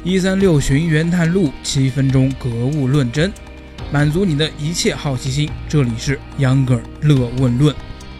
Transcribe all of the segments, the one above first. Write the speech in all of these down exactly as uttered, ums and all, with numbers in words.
一三六寻源探路，七分钟格物论真，满足你的一切好奇心。这里是秧歌儿乐问论。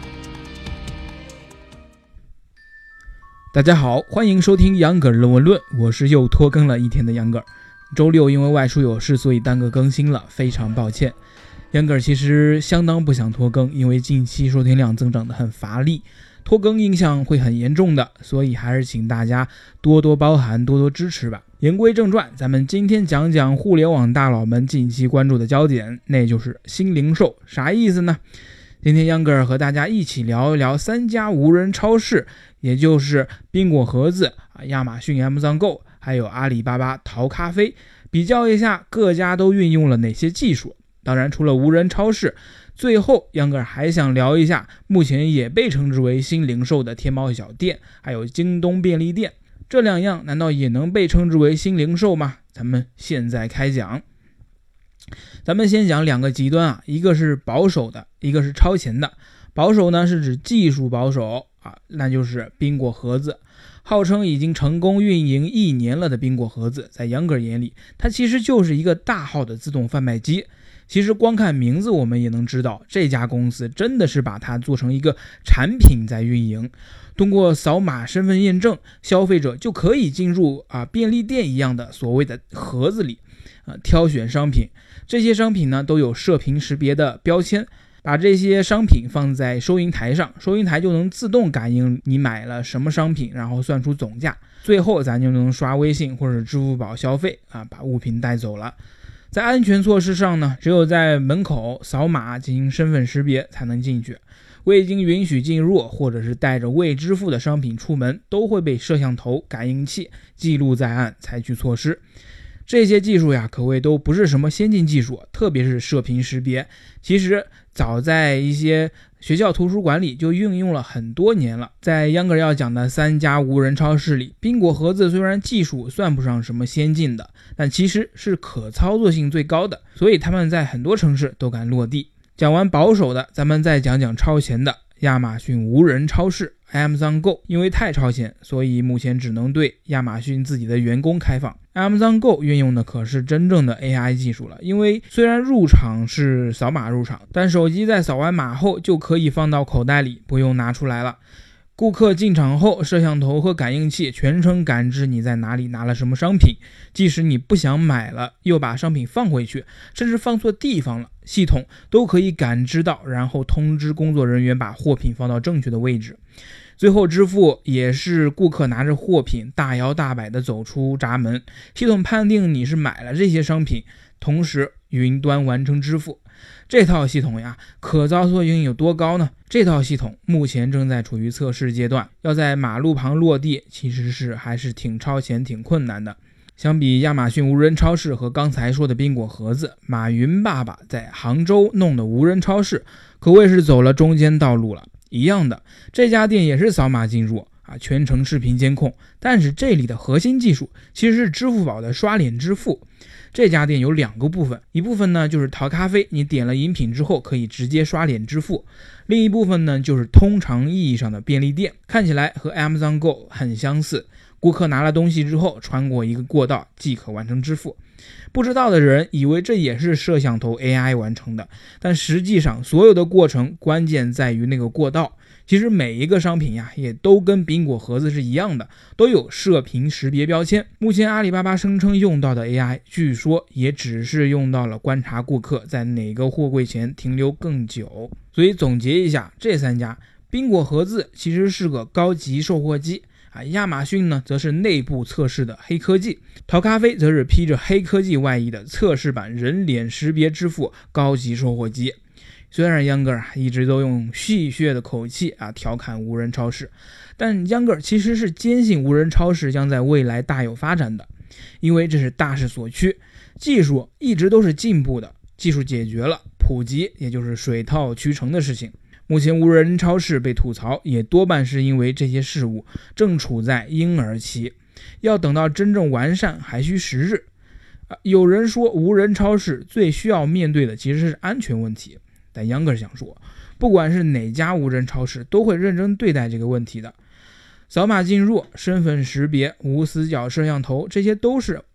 大家好，欢迎收听秧歌儿乐问论，我是又拖更了一天的秧歌儿。周六因为外出有事，所以耽搁更新了，非常抱歉。秧歌儿其实相当不想拖更，因为近期收听量增长得很乏力，拖更影响会很严重的，所以还是请大家多多包涵，多多支持吧。言归正传，咱们今天讲讲互联网大佬们近期关注的焦点，那就是新零售。啥意思呢？今天秧歌儿和大家一起聊一聊三家无人超市，也就是苹果盒子、亚马逊 Amazon Go 还有阿里巴巴淘咖啡，比较一下各家都运用了哪些技术。当然除了无人超市，最后秧歌儿还想聊一下目前也被称之为新零售的天猫小店还有京东便利店，这两样难道也能被称之为新零售吗？咱们现在开讲。咱们先讲两个极端啊，一个是保守的，一个是超前的。保守呢是指技术保守啊，那就是苹果盒子。号称已经成功运营一年了的苹果盒子，在秧歌儿眼里，它其实就是一个大号的自动贩卖机。其实光看名字我们也能知道，这家公司真的是把它做成一个产品在运营。通过扫码身份验证，消费者就可以进入啊便利店一样的所谓的盒子里啊挑选商品。这些商品呢都有射频识别的标签，把这些商品放在收银台上，收银台就能自动感应你买了什么商品，然后算出总价，最后咱就能刷微信或者支付宝消费啊，把物品带走了。在安全措施上呢，只有在门口扫码进行身份识别才能进去，未经允许进入或者是带着未支付的商品出门，都会被摄像头、感应器记录在案，采取措施。这些技术呀，可谓都不是什么先进技术，特别是射频识别，其实早在一些学校图书馆里就运用了很多年了。在秧歌儿要讲的三家无人超市里，苹果盒子虽然技术算不上什么先进的，但其实是可操作性最高的，所以他们在很多城市都敢落地。讲完保守的，咱们再讲讲超前的。亚马逊无人超市 Amazon Go 因为太超前，所以目前只能对亚马逊自己的员工开放。Amazon Go 运用的可是真正的 A I 技术了，因为虽然入场是扫码入场，但手机在扫完码后就可以放到口袋里，不用拿出来了。顾客进场后，摄像头和感应器全程感知你在哪里拿了什么商品，即使你不想买了，又把商品放回去，甚至放错地方了，系统都可以感知到，然后通知工作人员把货品放到正确的位置。最后支付也是顾客拿着货品大摇大摆地走出闸门，系统判定你是买了这些商品，同时云端完成支付。这套系统呀，可操作性有多高呢？这套系统目前正在处于测试阶段，要在马路旁落地，其实是还是挺超前挺困难的。相比亚马逊无人超市和刚才说的苹果盒子，马云爸爸在杭州弄的无人超市可谓是走了中间道路了。一样的，这家店也是扫码进入啊，全程视频监控，但是这里的核心技术其实是支付宝的刷脸支付。这家店有两个部分，一部分呢就是淘咖啡，你点了饮品之后可以直接刷脸支付，另一部分呢就是通常意义上的便利店，看起来和 Amazon Go 很相似，顾客拿了东西之后穿过一个过道即可完成支付。不知道的人以为这也是摄像头 A I 完成的，但实际上所有的过程关键在于那个过道。其实每一个商品呀，也都跟苹果盒子是一样的，都有射频识别标签。目前阿里巴巴声称用到的 A I， 据说也只是用到了观察顾客在哪个货柜前停留更久。所以总结一下，这三家，苹果盒子其实是个高级售货机啊，亚马逊呢则是内部测试的黑科技，淘咖啡则是披着黑科技外衣的测试版人脸识别支付高级售货机。虽然秧歌儿一直都用戏谑的口气啊调侃无人超市，但秧歌儿其实是坚信无人超市将在未来大有发展的，因为这是大势所趋，技术一直都是进步的，技术解决了，普及也就是水到渠成的事情。目前无人超市被吐槽，也多半是因为这些事物正处在婴儿期，要等到真正完善还需时日。啊、有人说无人超市最需要面对的其实是安全问题，但秧歌儿想说，不管是哪家无人超市都会认真对待这个问题的。扫码进入、身份识别、无死角摄像头，这些都是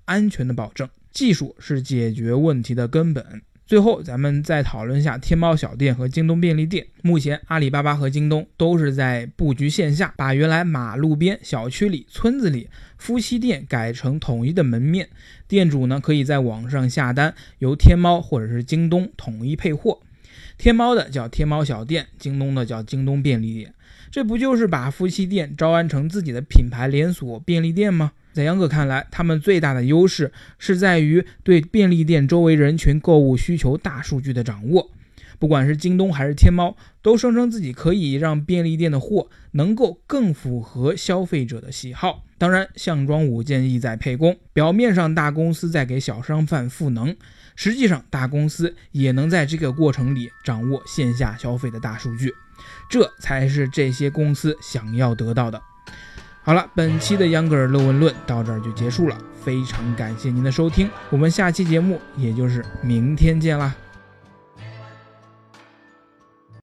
安全的保证。技术是解决问题的根本。最后咱们再讨论一下天猫小店和京东便利店。目前阿里巴巴和京东都是在布局线下，把原来马路边、小区里、村子里夫妻店改成统一的门面，店主呢可以在网上下单，由天猫或者是京东统一配货。天猫的叫天猫小店，京东的叫京东便利店。这不就是把夫妻店招安成自己的品牌连锁便利店吗？在杨哥看来，他们最大的优势是在于对便利店周围人群购物需求大数据的掌握。不管是京东还是天猫，都声称自己可以让便利店的货能够更符合消费者的喜好。当然，项庄舞剑意在沛公，表面上大公司在给小商贩赋能，实际上大公司也能在这个过程里掌握线下消费的大数据，这才是这些公司想要得到的。好了，本期的秧歌儿乐问论到这儿就结束了，非常感谢您的收听，我们下期节目也就是明天见啦。